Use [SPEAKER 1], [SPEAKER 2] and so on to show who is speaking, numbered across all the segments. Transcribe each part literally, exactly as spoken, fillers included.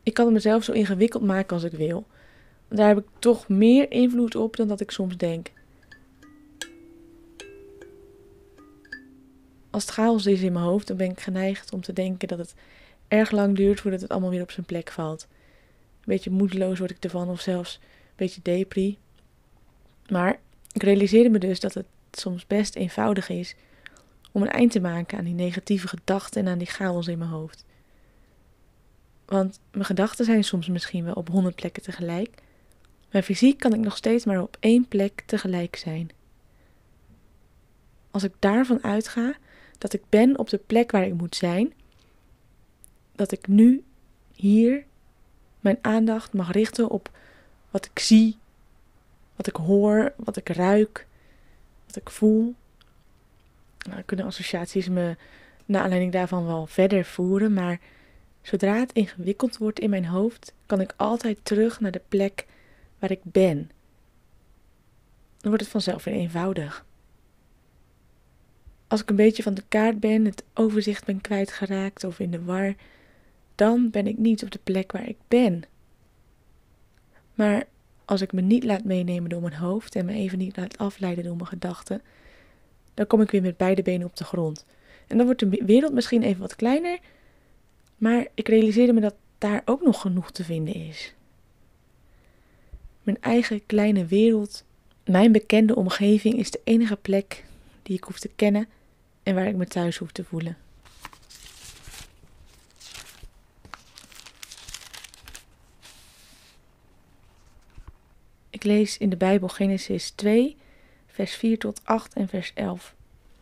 [SPEAKER 1] Ik kan het mezelf zo ingewikkeld maken als ik wil. Daar heb ik toch meer invloed op dan dat ik soms denk. Als het chaos is in mijn hoofd, dan ben ik geneigd om te denken dat het erg lang duurt voordat het allemaal weer op zijn plek valt. Een beetje moedeloos word ik ervan of zelfs een beetje depri. Maar ik realiseerde me dus dat het soms best eenvoudig is om een eind te maken aan die negatieve gedachten en aan die chaos in mijn hoofd. Want mijn gedachten zijn soms misschien wel op honderd plekken tegelijk, maar fysiek kan ik nog steeds maar op één plek tegelijk zijn. Als ik daarvan uitga dat ik ben op de plek waar ik moet zijn, dat ik nu, hier, mijn aandacht mag richten op wat ik zie, wat ik hoor, wat ik ruik, wat ik voel. Nou, kunnen associaties me naar aanleiding daarvan wel verder voeren, maar zodra het ingewikkeld wordt in mijn hoofd, kan ik altijd terug naar de plek waar ik ben. Dan wordt het vanzelf weer eenvoudig. Als ik een beetje van de kaart ben, het overzicht ben kwijtgeraakt of in de war, dan ben ik niet op de plek waar ik ben. Maar als ik me niet laat meenemen door mijn hoofd en me even niet laat afleiden door mijn gedachten, dan kom ik weer met beide benen op de grond. En dan wordt de wereld misschien even wat kleiner, maar ik realiseerde me dat daar ook nog genoeg te vinden is. Mijn eigen kleine wereld, mijn bekende omgeving is de enige plek die ik hoef te kennen en waar ik me thuis hoef te voelen. Ik lees in de Bijbel Genesis twee, vers vier tot acht en vers elf.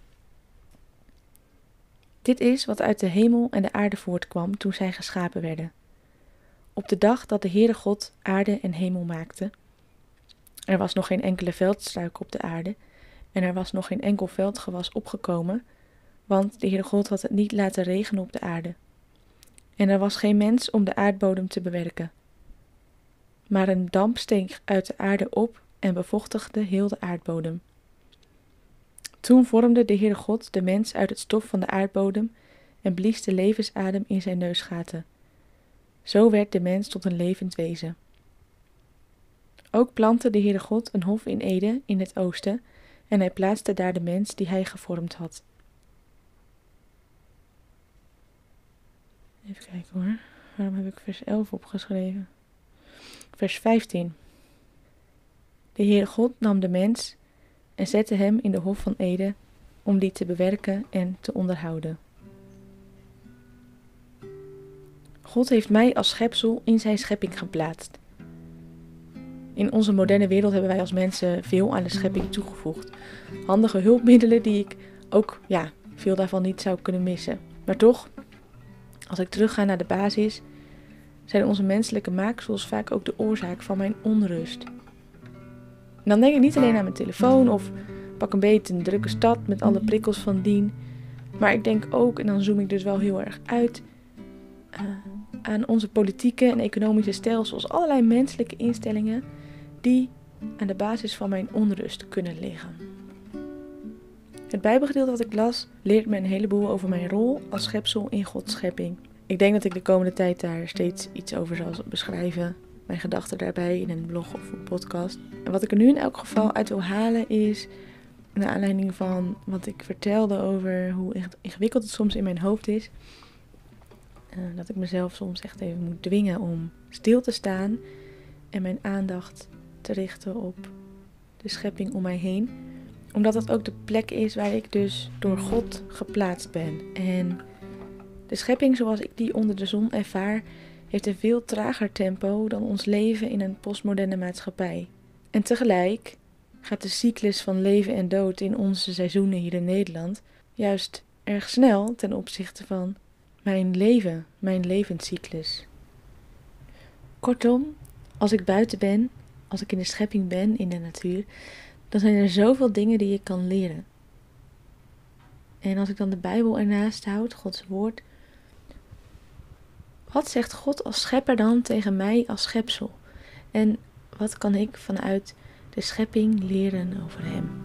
[SPEAKER 1] Dit is wat uit de hemel en de aarde voortkwam toen zij geschapen werden. Op de dag dat de Heere God aarde en hemel maakte. Er was nog geen enkele veldstruik op de aarde en er was nog geen enkel veldgewas opgekomen, want de Heere God had het niet laten regenen op de aarde. En er was geen mens om de aardbodem te bewerken. Maar een damp steeg uit de aarde op en bevochtigde heel de aardbodem. Toen vormde de Heere God de mens uit het stof van de aardbodem en blies de levensadem in zijn neusgaten. Zo werd de mens tot een levend wezen. Ook plantte de Heere God een hof in Eden in het oosten en hij plaatste daar de mens die hij gevormd had. Even kijken hoor, waarom heb ik vers elf opgeschreven? Vers vijftien. De Heere God nam de mens en zette hem in de hof van Eden om die te bewerken en te onderhouden. God heeft mij als schepsel in zijn schepping geplaatst. In onze moderne wereld hebben wij als mensen veel aan de schepping toegevoegd. Handige hulpmiddelen die ik ook, ja, veel daarvan niet zou kunnen missen. Maar toch, als ik terugga naar de basis, zijn onze menselijke maaksels vaak ook de oorzaak van mijn onrust. En dan denk ik niet alleen aan mijn telefoon of pak een beetje een drukke stad met alle prikkels van dien. Maar ik denk ook, en dan zoom ik dus wel heel erg uit, uh, aan onze politieke en economische stelsels. Allerlei menselijke instellingen die aan de basis van mijn onrust kunnen liggen. Het Bijbelgedeelte wat ik las leert me een heleboel over mijn rol als schepsel in Gods schepping. Ik denk dat ik de komende tijd daar steeds iets over zal beschrijven. Mijn gedachten daarbij in een blog of een podcast. En wat ik er nu in elk geval uit wil halen is, naar aanleiding van wat ik vertelde over hoe ingewikkeld het soms in mijn hoofd is, uh, dat ik mezelf soms echt even moet dwingen om stil te staan en mijn aandacht te richten op de schepping om mij heen. Omdat dat ook de plek is waar ik dus door God geplaatst ben. En de schepping zoals ik die onder de zon ervaar, heeft een veel trager tempo dan ons leven in een postmoderne maatschappij. En tegelijk gaat de cyclus van leven en dood in onze seizoenen hier in Nederland juist erg snel ten opzichte van mijn leven, mijn levenscyclus. Kortom, als ik buiten ben, als ik in de schepping ben, in de natuur, dan zijn er zoveel dingen die ik kan leren. En als ik dan de Bijbel ernaast houd, Gods woord, wat zegt God als schepper dan tegen mij als schepsel? En wat kan ik vanuit de schepping leren over hem?